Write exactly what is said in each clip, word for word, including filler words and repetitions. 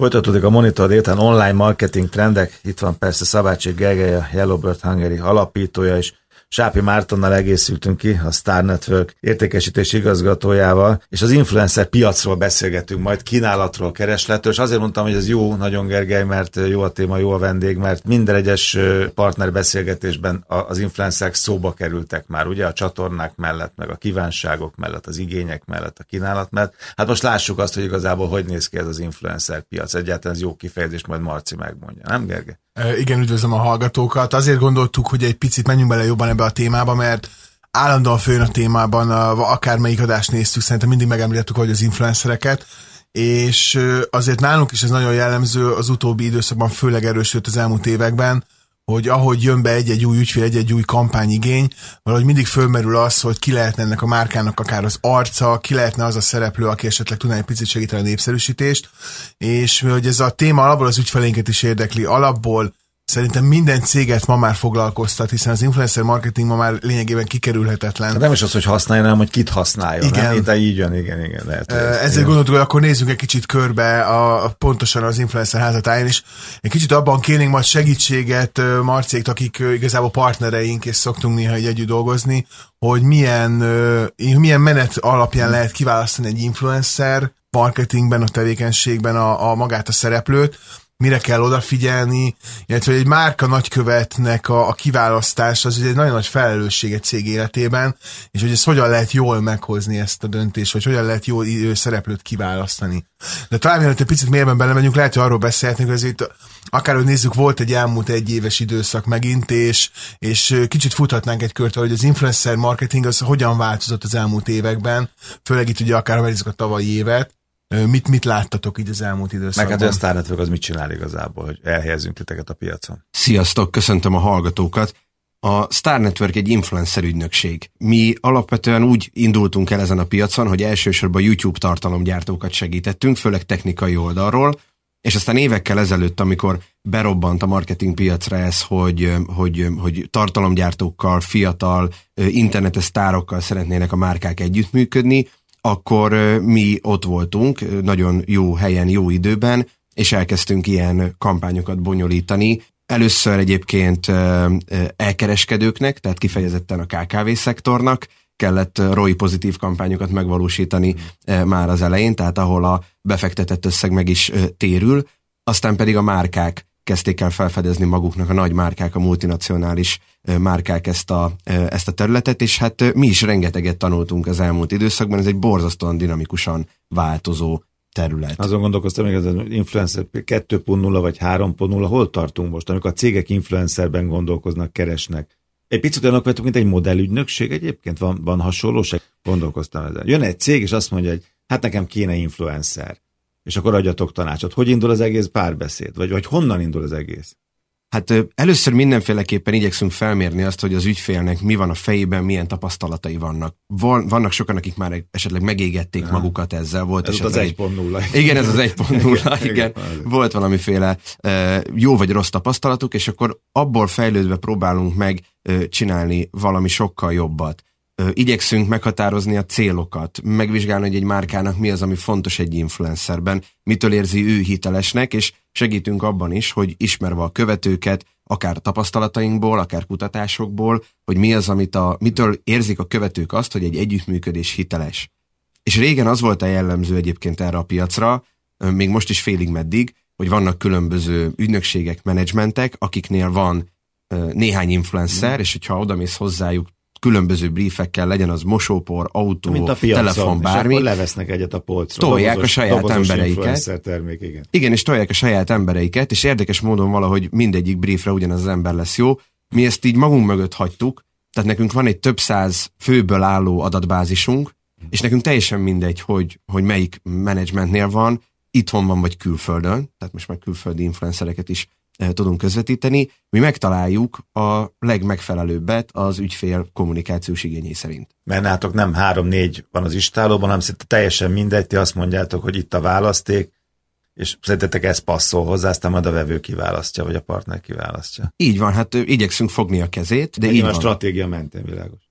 Folytatódik a Monitor délután online marketing trendek. Itt van persze Szabácsik Gergely, a Yellowbird Hungary alapítója, és Sápi Mártonnal egészültünk ki, a Star Network értékesítési igazgatójával, és az influencer piacról beszélgetünk, majd kínálatról, keresletről, és azért mondtam, hogy ez jó, nagyon Gergely, mert jó a téma, jó a vendég, mert minden egyes partner beszélgetésben az influencerek szóba kerültek már, ugye a csatornák mellett, meg a kívánságok mellett, az igények mellett, a kínálat mellett. Hát most lássuk azt, hogy igazából hogy néz ki ez az influencer piac. Egyáltalán ez jó kifejezés, majd Marci megmondja, nem Gergely? Igen, üdvözlöm a hallgatókat. Azért gondoltuk, hogy egy picit menjünk bele jobban ebbe a témába, mert állandóan főn a témában, akármelyik adást néztük, szerintem mindig megemlítettük, hogy az influencereket, és azért nálunk is ez nagyon jellemző, az utóbbi időszakban főleg erősödött az elmúlt években, hogy ahogy jön be egy-egy új ügyfél, egy-egy új kampányigény, valahogy mindig fölmerül az, hogy ki lehetne ennek a márkának akár az arca, ki lehetne az a szereplő, aki esetleg tudná egy picit segíteni a népszerűsítést, és hogy ez a téma alapból az ügyfelénket is érdekli, alapból szerintem minden céget ma már foglalkoztat, hiszen az influencer marketing ma már lényegében kikerülhetetlen. Nem is az, hogy használja, hanem hogy kit használjon. Igen. Nem? De így jön, igen, igen. Lehet, Ezért igen. Gondoltuk, hogy akkor nézzünk egy kicsit körbe a, a pontosan az influencer házatáján, és egy kicsit abban kérnénk majd segítséget Marcékt, akik igazából partnereink, és szoktunk néha így együtt dolgozni, hogy milyen, milyen menet alapján lehet kiválasztani egy influencer marketingben, a tevékenységben a, a magát a szereplőt, mire kell odafigyelni, illetve egy márka nagykövetnek a, a kiválasztás az egy nagyon nagy felelősség egy cég életében, és hogy ezt hogyan lehet jól meghozni ezt a döntést, vagy hogyan lehet jó szereplőt kiválasztani. De talán mielőtt egy picit mélyebben belemegyünk, lehet, hogy arról beszélhetnénk, hogy ezért akárhogy nézzük, volt egy elmúlt egy éves időszak megint, és, és kicsit futhatnánk egy kört, hogy az influencer marketing az hogyan változott az elmúlt években, főleg itt ugye akár megnézzük a tavalyi évet. Mit, mit láttatok így az elmúlt időszakban? Meg hát a Star Network az mit csinál igazából, hogy elhelyezzünk titeket a piacon? Sziasztok, köszöntöm a hallgatókat. A Star Network egy influencer ügynökség. Mi alapvetően úgy indultunk el ezen a piacon, hogy elsősorban YouTube tartalomgyártókat segítettünk, főleg technikai oldalról, és aztán évekkel ezelőtt, amikor berobbant a marketing piacra ez, hogy, hogy, hogy tartalomgyártókkal, fiatal, internetes sztárokkal szeretnének a márkák együttműködni, akkor mi ott voltunk, nagyon jó helyen, jó időben, és elkezdtünk ilyen kampányokat bonyolítani. Először egyébként elkereskedőknek, tehát kifejezetten a ká ká vé szektornak kellett er o i pozitív kampányokat megvalósítani már az elején, tehát ahol a befektetett összeg meg is térül, aztán pedig a márkák kezdték el felfedezni maguknak, a nagy márkák, a multinacionális márkák ezt a, ezt a területet, és hát mi is rengeteget tanultunk az elmúlt időszakban, ez egy borzasztóan dinamikusan változó terület. Azon gondolkoztam, hogy az influencer kettő pont nulla vagy három pont nulla, hol tartunk most, amikor a cégek influencerben gondolkoznak, keresnek. Egy picit olyanok vagytok, mint egy modellügynökség egyébként, van, van hasonlóság? Gondolkoztam ezen. Jön egy cég, és azt mondja, hogy hát nekem kéne influencer. És akkor adjatok tanácsot. Hogy indul az egész párbeszéd? Vagy, vagy honnan indul az egész? Hát először mindenféleképpen igyekszünk felmérni azt, hogy az ügyfélnek mi van a fejében, milyen tapasztalatai vannak. Vannak sokan, akik már esetleg megégették Aha. magukat ezzel. Volt ez az egy pont nulla. Igen, ez az egy pont nulla. igen, igen. Volt valamiféle jó vagy rossz tapasztalatuk, és akkor abból fejlődve próbálunk meg csinálni valami sokkal jobbat. Igyekszünk meghatározni a célokat, megvizsgálni, hogy egy márkának mi az, ami fontos egy influencerben, mitől érzi ő hitelesnek, és segítünk abban is, hogy ismerve a követőket, akár tapasztalatainkból, akár kutatásokból, hogy mi az, amit a, mitől érzik a követők azt, hogy egy együttműködés hiteles. És régen az volt a jellemző egyébként erre a piacra, még most is félig meddig, hogy vannak különböző ügynökségek, menedzsmentek, akiknél van néhány influencer, és hogyha odamész hozzájuk, különböző briefekkel, legyen az mosópor, autó, mint a piacon, telefon, bármi. És akkor levesznek egyet a polcról. Tolják dobozos, a saját embereiket. Termék, igen. igen, és tolják a saját embereiket, és érdekes módon valahogy mindegyik briefre ugyanaz az ember lesz jó. Mi ezt így magunk mögött hagytuk, tehát nekünk van egy több száz főből álló adatbázisunk, és nekünk teljesen mindegy, hogy, hogy melyik menedzsmentnél van, itthon van vagy külföldön, tehát most már külföldi influencereket is tudunk közvetíteni, mi megtaláljuk a legmegfelelőbbet az ügyfél kommunikációs igényei szerint. Mert nátok nem három-négy van az istálóban, hanem szinte teljesen mindegy, ti azt mondjátok, hogy itt a választék, és szerintetek ez passzol hozzá, aztán majd a vevő kiválasztja, vagy a partner kiválasztja. Így van, hát igyekszünk fogni a kezét, de így így van. van. A stratégia mentén világos.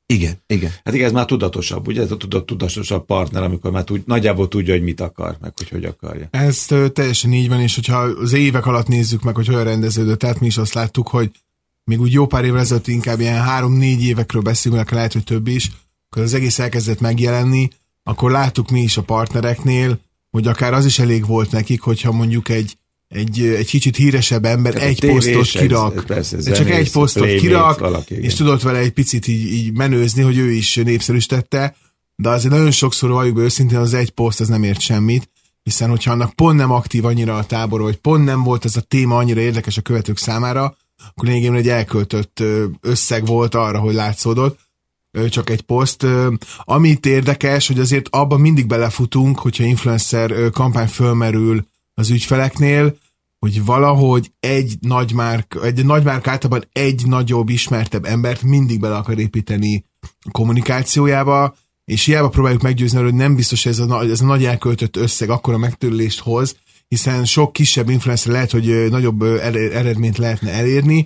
Igen, igen. Hát igen, ez már tudatosabb, ugye? Ez a tudatosabb partner, amikor már tud, nagyjából tudja, hogy mit akar, meg hogy hogy akarja. Ez teljesen így van, és hogyha az évek alatt nézzük meg, hogy olyan rendeződött, tehát mi is azt láttuk, hogy még úgy jó pár évvel ezelőtt inkább ilyen három-négy évekről beszélünk, lehet, hogy több is, akkor az egész elkezdett megjelenni, akkor láttuk mi is a partnereknél, hogy akár az is elég volt nekik, hogyha mondjuk egy Egy, egy kicsit híresebb ember tehát egy posztot kirak, persze, zenész, csak egy posztot kirak, valaki, és tudott vele egy picit így, így menőzni, hogy ő is népszerűsítette, de azért nagyon sokszor valljuk be őszintén, az egy poszt az nem ért semmit, hiszen hogyha annak pont nem aktív annyira a tábor, vagy pont nem volt ez a téma annyira érdekes a követők számára, akkor lényegében egy elköltött összeg volt arra, hogy látszódott, csak egy poszt. Amit érdekes, hogy azért abban mindig belefutunk, hogyha influencer kampány fölmerül az ügyfeleknél, hogy valahogy egy nagy márk, egy nagy márk általában egy nagyobb, ismertebb embert mindig bele akar építeni a kommunikációjába, és hiába próbáljuk meggyőzni, hogy nem biztos, hogy ez a, ez a nagy elköltött összeg akkora megtérülést hoz, hiszen sok kisebb influencer lehet, hogy nagyobb eredményt lehetne elérni,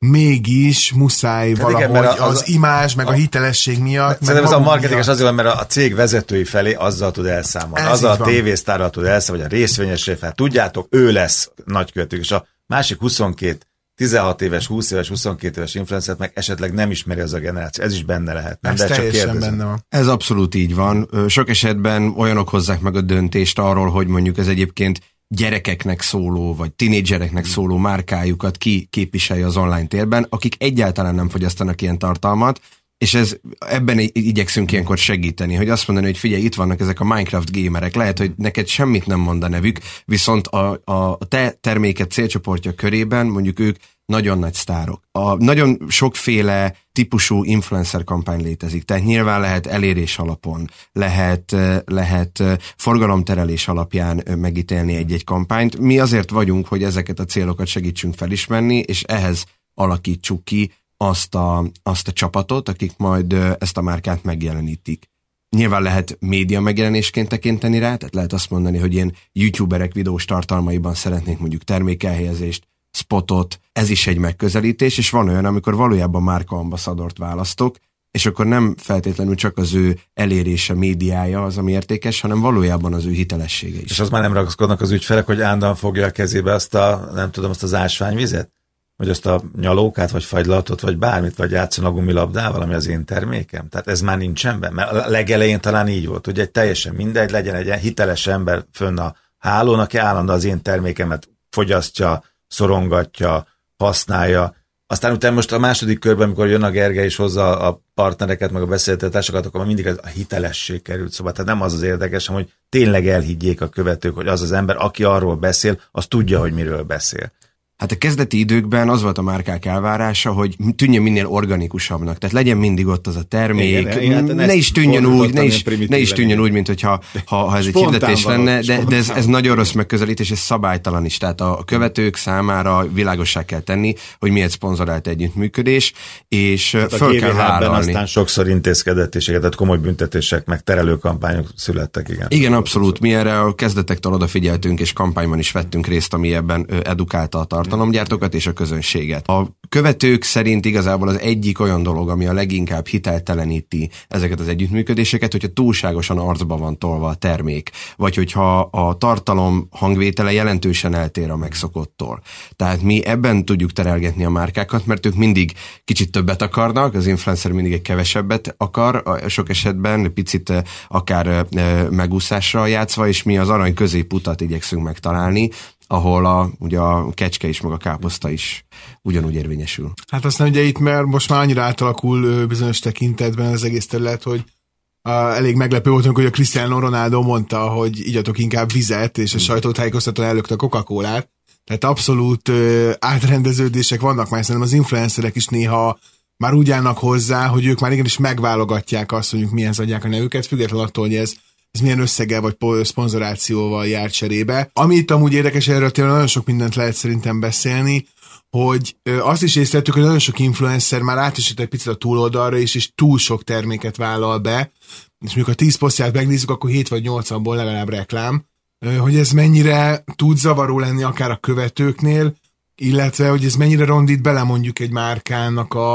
mégis muszáj hát valahogy igen, az, az imázs, meg a, a hitelesség miatt. Szerintem ez a marketinges azért van, mert a cég vezetői felé azzal tud elszámolni. Ez azzal a tévésztárral tud elszámolni, vagy a részvényesé fel. Tudjátok, ő lesz nagykövető, és a másik huszonkét, tizenhat éves, húsz éves, huszonkét éves influencert meg esetleg nem ismeri az a generáció. Ez is benne lehet. Nem? Ez de csak teljesen benne van. Ez abszolút így van. Sok esetben olyanok hozzák meg a döntést arról, hogy mondjuk ez egyébként gyerekeknek szóló, vagy tinédzsereknek szóló márkájukat ki képviselje az online térben, akik egyáltalán nem fogyasztanak ilyen tartalmat, és ez, ebben igyekszünk ilyenkor segíteni, hogy azt mondani, hogy figyelj, itt vannak ezek a Minecraft gamerek, lehet, hogy neked semmit nem mond a nevük, viszont a, a te terméket célcsoportja körében mondjuk ők nagyon nagy sztárok. A nagyon sokféle típusú influencer kampány létezik, tehát nyilván lehet elérés alapon, lehet, lehet forgalomterelés alapján megítélni egy-egy kampányt. Mi azért vagyunk, hogy ezeket a célokat segítsünk felismerni, és ehhez alakítsuk ki azt a, azt a csapatot, akik majd ezt a márkát megjelenítik. Nyilván lehet média megjelenésként tekinteni rá, tehát lehet azt mondani, hogy én youtuberek videós tartalmaiban szeretnék mondjuk termékelhelyezést, spotot, ez is egy megközelítés, és van olyan, amikor valójában márkaambaszadort választok, és akkor nem feltétlenül csak az ő elérése, médiája az, ami értékes, hanem valójában az ő hitelessége is. És az már nem ragaszkodnak az ügyfelek, hogy állandóan fogja a kezébe azt a, nem tudom, azt az ásványvizet? Vagy azt a nyalókát, vagy fagylatot, vagy bármit, vagy játszon a gumilabdával, ami az én termékem. Tehát ez már nincsen benne, mert a legelején talán így volt, hogy egy teljesen mindegy, legyen egy hiteles ember fönn a hálón, aki állandóan az én termékemet fogyasztja, szorongatja, használja. Aztán utána most a második körben, amikor jön a Gergely és hozza a partnereket, meg a beszélgetőtársakat, akkor mindig a hitelesség került szóba. Tehát nem az az érdekes, hogy tényleg elhiggyék a követők, hogy az az ember, aki arról beszél, az tudja, hogy miről beszél. Hát a kezdeti időkben az volt a márkák elvárása, hogy tűnjön minél organikusabbnak, tehát legyen mindig ott az a termék, igen, igen, ne is tűnjön úgy, ne is, ne is tűnjön úgy, mint hogyha ha, ha ez egy hirdetés lenne, de, de ez, ez nagyon rossz megközelítés, ez szabálytalan is, tehát a követők számára világossá kell tenni, hogy mi egy szponzorált együttműködés, és hát föl kell vállalni. Aztán sokszor intézkedetéseket, tehát komoly büntetések, meg terelőkampányok születtek, igen. Igen, abszolút, mi erre a kezdetektől odafigyeltünk, és kampányban is vettünk részt, ami ebben edukálta a tartalomgyártókat és a közönséget. A követők szerint igazából az egyik olyan dolog, ami a leginkább hitelteleníti ezeket az együttműködéseket, hogyha túlságosan arcba van tolva a termék, vagy hogyha a tartalom hangvétele jelentősen eltér a megszokottól. Tehát mi ebben tudjuk terelgetni a márkákat, mert ők mindig kicsit többet akarnak, az influencer mindig egy kevesebbet akar, sok esetben picit akár megúszásra játszva, és mi az arany középutat igyekszünk megtalálni, ahol a, ugye a kecske is, meg a káposzta is ugyanúgy érvényesül. Hát aztán ugye itt mert most már annyira átalakul bizonyos tekintetben az egész terület, hogy uh, elég meglepő volt, hogy a Cristiano Ronaldo mondta, hogy igyatok inkább vizet, és a sajtótájékoztatón előtt a Coca-Colát. Tehát abszolút uh, átrendeződések vannak már, szerintem az influencerek is néha már úgy állnak hozzá, hogy ők már igenis megválogatják azt, hogy milyen adják a nevüket, függetlenül attól, hogy ez ez milyen összeggel vagy szponzorációval jár cserébe. Ami itt amúgy érdekes, erről tényleg nagyon sok mindent lehet szerintem beszélni, hogy azt is észrevettük, hogy nagyon sok influencer már átesett egy picit a túloldalra is, és túl sok terméket vállal be, és mikor a tíz posztját megnézzük, akkor hét vagy nyolcvanból legalább reklám, hogy ez mennyire tud zavaró lenni akár a követőknél, illetve hogy ez mennyire rondít bele mondjuk egy márkának a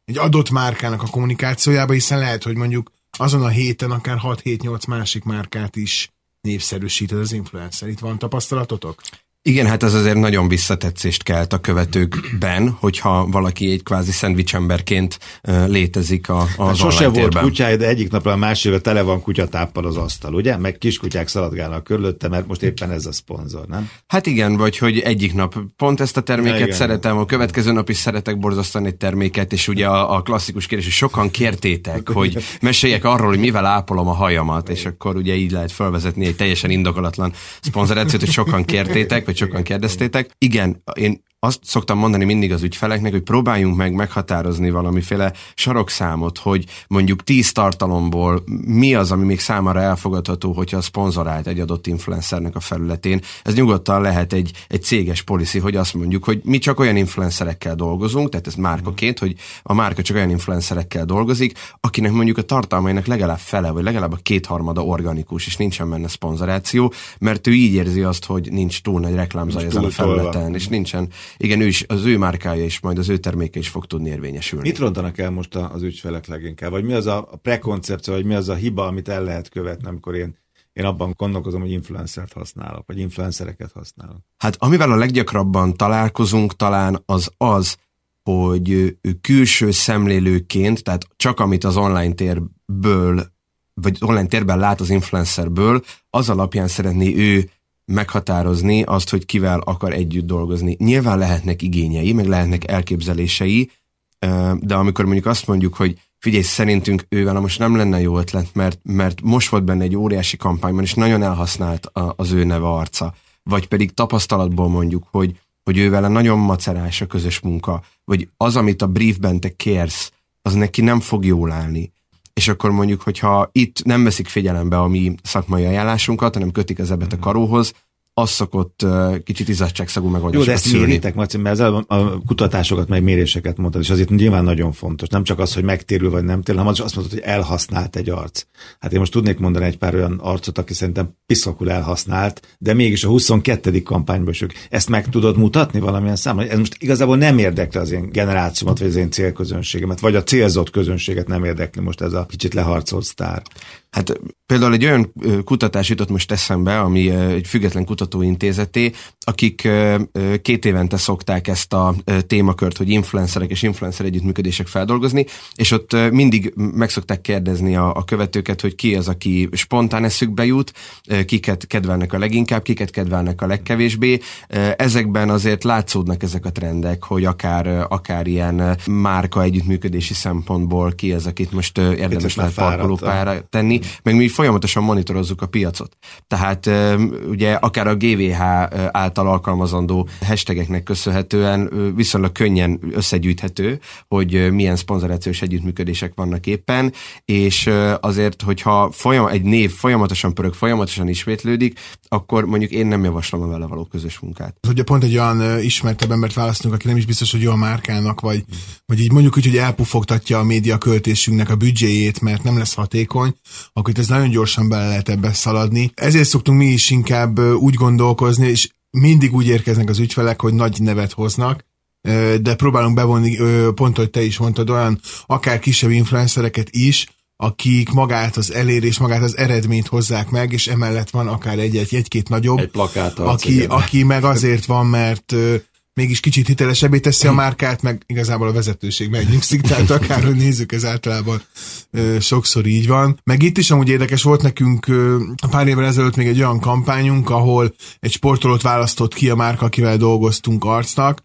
egy adott márkának a kommunikációjába, hiszen lehet, hogy mondjuk azon a héten akár hat-hét-nyolc másik márkát is népszerűsíted az influencer. Itt van tapasztalatotok? Igen, hát ez azért nagyon visszatetszést kelt a követőkben, hogyha valaki egy kvázi szendvicsemberként uh, létezik a, az hát sose online volt térben. kutyája, de egyik napra a másikra tele van kutyatáppal az asztal, ugye? Meg kiskutyák szaladgálnak körülötte, mert most éppen ez a szponzor, nem? Hát igen, vagy hogy egyik nap pont ezt a terméket ja, szeretem, a következő nap is szeretek borzasztani egy terméket, és ugye a, a klasszikus kérdés, hogy sokan kértétek, hogy meséljek arról, hogy mivel ápolom a hajamat, és akkor ugye így lehet felvezetni egy teljesen indokolatlan szponzorációt, hogy sokan kértétek, vagy sokan kérdeztétek. Igen, én azt szoktam mondani mindig az ügyfeleknek, hogy próbáljunk meg meghatározni valamiféle sarokszámot, hogy mondjuk tíz tartalomból mi az, ami még számára elfogadható, hogyha szponzorált egy adott influencernek a felületén. Ez nyugodtan lehet egy, egy céges policy, hogy azt mondjuk, hogy mi csak olyan influencerekkel dolgozunk, tehát ez márkaként, hogy a márka csak olyan influencerekkel dolgozik, akinek mondjuk a tartalmainak legalább fele, vagy legalább a kétharmada organikus, és nincsen benne szponzoráció, mert ő így érzi azt, hogy nincs túl nagy reklámzaj ezen a felületen, és nincsen. Igen, ő is, az ő márkája is, majd az ő terméke is fog tudni érvényesülni. Mit rontanak el most az ügyfelek leginkább? Vagy mi az a prekoncepció, vagy mi az a hiba, amit el lehet követni, amikor én, én abban gondolkozom, hogy influencert használok, vagy influencereket használok? Hát amivel a leggyakrabban találkozunk talán az az, hogy külső szemlélőként, tehát csak amit az online térből, vagy online térben lát az influencerből, az alapján szeretné ő meghatározni azt, hogy kivel akar együtt dolgozni. Nyilván lehetnek igényei, meg lehetnek elképzelései, de amikor mondjuk azt mondjuk, hogy figyelj, szerintünk ővel most nem lenne jó ötlet, mert, mert most volt benne egy óriási kampányban, és nagyon elhasznált az ő neve arca. Vagy pedig tapasztalatból mondjuk, hogy, hogy ővele nagyon macerás a közös munka, vagy az, amit a briefben te kérsz, az neki nem fog jól állni. És akkor mondjuk, hogyha itt nem veszik figyelembe a mi szakmai ajánlásunkat, hanem kötik az ebet a karóhoz, az szokott uh, kicsit izzadságszagú megoldásokat Jó, de ezt szülni. méritek, Marci, mert az a kutatásokat, meg méréseket mondtad, és az itt nyilván nagyon fontos. Nem csak az, hogy megtérül vagy nem térül, hanem az azt mondod, hogy elhasznált egy arc. Hát én most tudnék mondani egy pár olyan arcot, aki szerintem piszakul elhasznált, de mégis a huszonkettedik kampányban is ők. Ezt meg tudod mutatni valamilyen számon? Ez most igazából nem érdekli az én generációmat, vagy az én célközönségemet, vagy a célzott közönséget nem érdekli most ez a kicsit leharcolt sztár. Hát például egy olyan kutatás jutott most eszembe, ami egy független kutatóintézeté, akik két évente szokták ezt a témakört, hogy influencerek és influencer együttműködések feldolgozni, és ott mindig meg szokták kérdezni a, a követőket, hogy ki az, aki spontán eszükbe jut, kiket kedvelnek a leginkább, kiket kedvelnek a legkevésbé. Ezekben azért látszódnak ezek a trendek, hogy akár, akár ilyen márka együttműködési szempontból ki az, akit most érdemes lehet parkolópályára tenni, meg mi folyamatosan monitorozzuk a piacot. Tehát ugye akár a gé vé há által alkalmazandó hashtageknek köszönhetően viszonylag könnyen összegyűjthető, hogy milyen szponzorációs együttműködések vannak éppen, és azért, hogyha folyam, egy név folyamatosan pörög, folyamatosan ismétlődik, akkor mondjuk én nem javaslom a vele való közös munkát. Ugye pont egy olyan ismertebb embert választunk, aki nem is biztos, hogy jó a márkának, vagy, mm. vagy így mondjuk úgy, hogy elpufogtatja a média költésünknek a büdzséjét, mert nem lesz hatékony, akkor itt ez nagyon gyorsan bele lehet ebbe szaladni. Ezért szoktunk mi is inkább úgy gondolkozni, és mindig úgy érkeznek az ügyfelek, hogy nagy nevet hoznak, de próbálunk bevonni, pont, hogy te is mondtad, olyan akár kisebb influencereket is, akik magát az elérés, magát az eredményt hozzák meg, és emellett van akár egy-egy, egy-két nagyobb, egy plakát, aki, aki meg azért van, mert mégis kicsit hitelesebbé teszi a márkát, meg igazából a vezetőség megnyugszik, tehát akárhogy nézzük, ez általában ö, sokszor így van. Meg itt is amúgy érdekes volt nekünk ö, pár évvel ezelőtt még egy olyan kampányunk, ahol egy sportolót választott ki a márka, akivel dolgoztunk arcnak,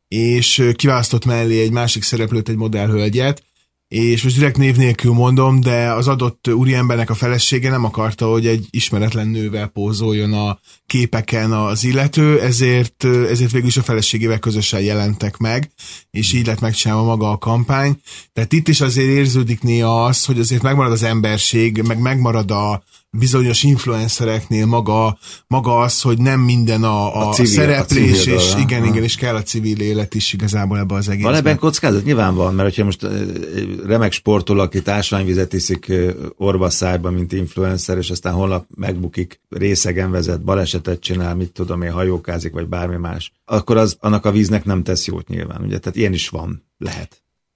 és ö, kiválasztott mellé egy másik szereplőt, egy modellhölgyet, és most direkt név nélkül mondom, de az adott úriembernek a felesége nem akarta, hogy egy ismeretlen nővel pózoljon a képeken az illető, ezért, ezért végül is a feleségével közösen jelentek meg, és így lett megcsinálva maga a kampány. Tehát itt is azért érződik néha az, hogy azért megmarad az emberség, meg megmarad a bizonyos influencereknél maga, maga az, hogy nem minden a, a, a civil, szereplés, a civil és igen, ha. igen, és kell a civil élet is igazából ebbe az egészben. Van ebben kockázat? Nyilván van, mert hogyha most remek sportoló, aki ásványvizet iszik orvaszájba, mint influencer, és aztán holnap megbukik, részegen vezet, balesetet csinál, mit tudom én, hajókázik, vagy bármi más, akkor az annak a víznek nem tesz jót nyilván, ugye? Tehát ilyen is van, lehet.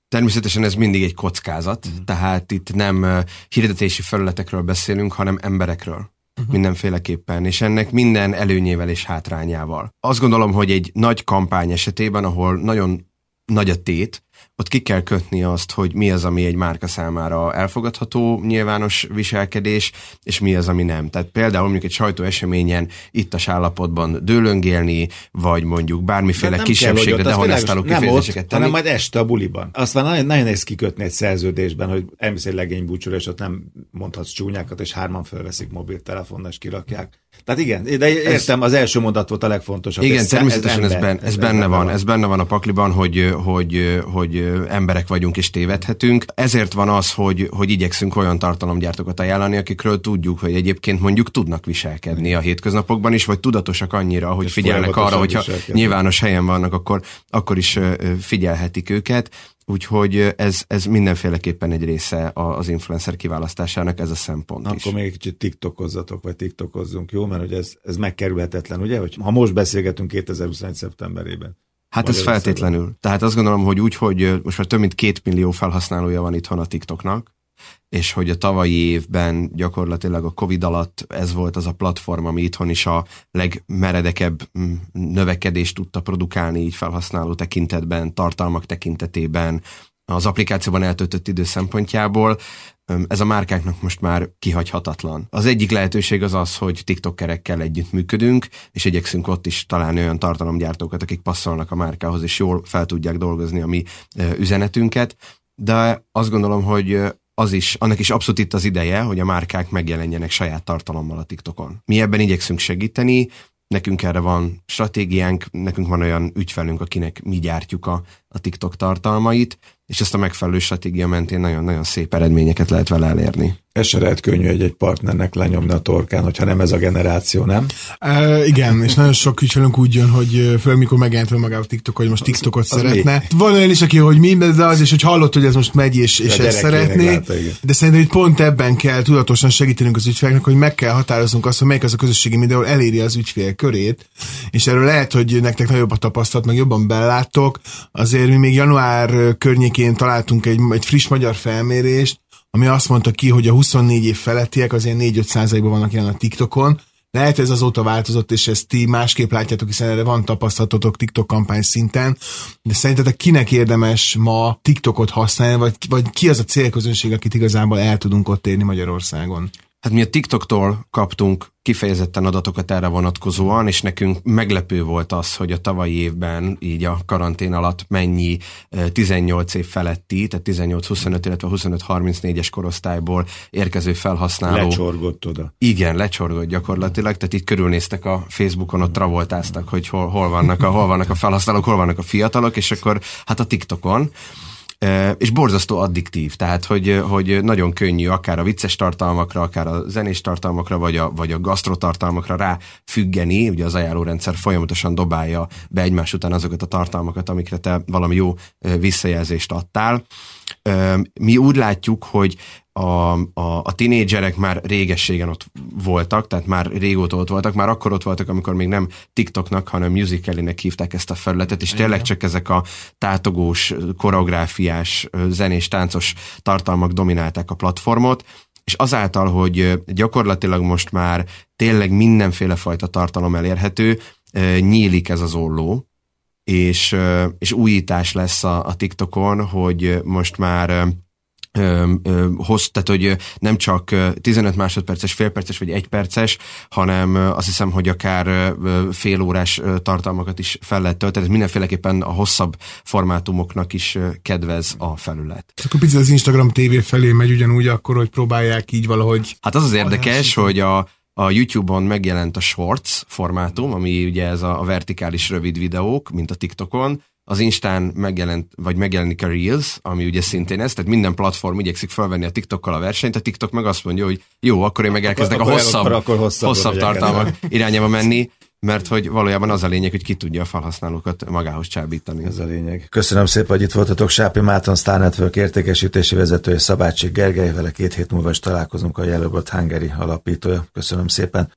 Természetesen ez mindig egy kockázat, mm. tehát itt nem hirdetési felületekről beszélünk, hanem emberekről. Uh-huh. Mindenféleképpen, és ennek minden előnyével és hátrányával. Azt gondolom, hogy egy nagy kampány esetében, ahol nagyon nagy a tét, ott ki kell kötni azt, hogy mi az, ami egy márka számára elfogadható nyilvános viselkedés, és mi az, ami nem. Tehát például mondjuk egy sajtóeseményen ittas állapotban dőlöngélni, vagy mondjuk bármiféle kisebbségre dehonestáló kifejezéseket tenni. Hanem majd este a buliban. Azt már nagyon, nagyon nehéz kikötni egy szerződésben, hogy elmész egy legény búcsúra, és ott nem mondhatsz csúnyákat, és hárman felveszik mobiltelefonnal, és kirakják. Tehát igen, de értem, az első mondat volt a legfontosabb. Igen, ez, természetesen ez, ember, ez, ben, ez benne van, van, ez benne van a pakliban, hogy, hogy, hogy emberek vagyunk és tévedhetünk. Ezért van az, hogy, hogy igyekszünk olyan tartalomgyártókat ajánlani, akikről tudjuk, hogy egyébként mondjuk tudnak viselkedni a hétköznapokban is, vagy tudatosak annyira, hogy és figyelnek arra, hogyha nyilvános helyen vannak, akkor, akkor is figyelhetik őket. Úgyhogy ez, ez mindenféleképpen egy része az influencer kiválasztásának, ez a szempont Na, is. Akkor még egy kicsit tiktokozzatok, vagy tiktokozzunk, jó? Mert hogy ez, ez megkerülhetetlen, ugye? Hogy ha most beszélgetünk kétezer-huszonegy szeptemberében. Hát ez feltétlenül. Tehát azt gondolom, hogy úgy, hogy most már több mint két millió felhasználója van itthon a TikToknak, és hogy a tavalyi évben gyakorlatilag a Covid alatt ez volt az a platform, ami itthon is a legmeredekebb növekedést tudta produkálni így felhasználó tekintetben, tartalmak tekintetében, az applikációban eltöltött idő szempontjából. Ez a márkáknak most már kihagyhatatlan. Az egyik lehetőség az az, hogy tiktokerekkel együtt működünk, és igyekszünk ott is találni olyan tartalomgyártókat, akik passzolnak a márkához, és jól fel tudják dolgozni a mi üzenetünket. De azt gondolom, hogy az is, annak is abszolút itt az ideje, hogy a márkák megjelenjenek saját tartalommal a TikTokon. Mi ebben igyekszünk segíteni, nekünk erre van stratégiánk, nekünk van olyan ügyfelünk, akinek mi gyártjuk a, a TikTok tartalmait, és ezt a megfelelő stratégia mentén nagyon-nagyon szép eredményeket lehet vele elérni. Ez se lehet könnyű egy-egy partnernek lenyomni a torkán, hogyha nem ez a generáció, nem? E, igen, és nagyon sok ügyfelünk úgy jön, hogy föl, mikor megjelent magára a TikTok, hogy most TikTokot az, az szeretne. Mi? Van olyan is, aki, hogy mi, de az is, hogy hallott, hogy ez most megy, és, és ezt szeretné. Látta, de szerintem, hogy pont ebben kell tudatosan segítenünk az ügyfeleknek, hogy meg kell határoznunk azt, hogy melyik az a közösségi média, ahol eléri az ügyfél körét, és erről lehet, hogy nektek nagyobb a tapasztalat, meg jobban bellátok. Azért mi még január környékén találtunk egy, egy friss magyar felmérést, ami azt mondta ki, hogy a huszonnégy év felettiek azért négy-öt százalékban vannak jelen a TikTokon. Lehet, ez azóta változott, és ezt ti másképp látjátok, hiszen erre van tapasztalatotok TikTok kampány szinten, de szerintetek kinek érdemes ma TikTokot használni, vagy, vagy ki az a célközönség, akit igazából el tudunk ott érni Magyarországon? Hát mi a TikToktól kaptunk kifejezetten adatokat erre vonatkozóan, és nekünk meglepő volt az, hogy a tavalyi évben, így a karantén alatt mennyi tizennyolc év feletti, tehát tizennyolc-huszonöt, illetve huszonöt-harmincnégyes korosztályból érkező felhasználó. Lecsorgott oda. Igen, lecsorgott gyakorlatilag, tehát itt körülnéztek a Facebookon, ott travoltáztak, hogy hol, hol, vannak a, hol vannak a felhasználók, hol vannak a fiatalok, és akkor hát a TikTokon. És borzasztó addiktív, tehát hogy, hogy nagyon könnyű akár a vicces tartalmakra, akár a zenés tartalmakra, vagy a, vagy a gasztrotartalmakra rá függeni, ugye az ajánlórendszer folyamatosan dobálja be egymás után azokat a tartalmakat, amikre te valami jó visszajelzést adtál. Mi úgy látjuk, hogy a, a, a tinédzserek már régességen ott voltak, tehát már régóta ott voltak, már akkor ott voltak, amikor még nem TikToknak, hanem Musical.ly-nek hívták ezt a felületet, és tényleg csak ezek a tátogós, koreográfiás, zenés, táncos tartalmak dominálták a platformot, és azáltal, hogy gyakorlatilag most már tényleg mindenféle fajta tartalom elérhető, nyílik ez az olló, és, és újítás lesz a, a TikTokon, hogy most már Ö, ö, hoz, tehát hogy nem csak tizenöt másodperces, félperces vagy egyperces, hanem azt hiszem, hogy akár fél órás tartalmakat is fel lehet tölteni. Mindenféleképpen a hosszabb formátumoknak is kedvez a felület. Akkor picit az Instagram té vé felé megy ugyanúgy akkor, hogy próbálják így valahogy... Hát az az érdekes, hogy a, a YouTube-on megjelent a Shorts formátum, ami ugye ez a, a vertikális rövid videók, mint a TikTokon. Az Instán megjelent, vagy megjelenik a Reels, ami ugye szintén ez, tehát minden platform igyekszik felvenni a TikTokkal a versenyt, a TikTok meg azt mondja, hogy jó, akkor én meg elkezdek akkor, a hosszabb, akkor, akkor hosszabb, hosszabb tartalmak irányába menni, mert hogy valójában az a lényeg, hogy ki tudja a felhasználókat magához csábítani. Ez a lényeg. Köszönöm szépen, hogy itt voltatok. Sápi Márton, Star Network értékesítési vezető, és Szabácsik Gergely, vele két hét múlva is találkozunk, a Yellowbird Hungary alapítója. Köszönöm szépen.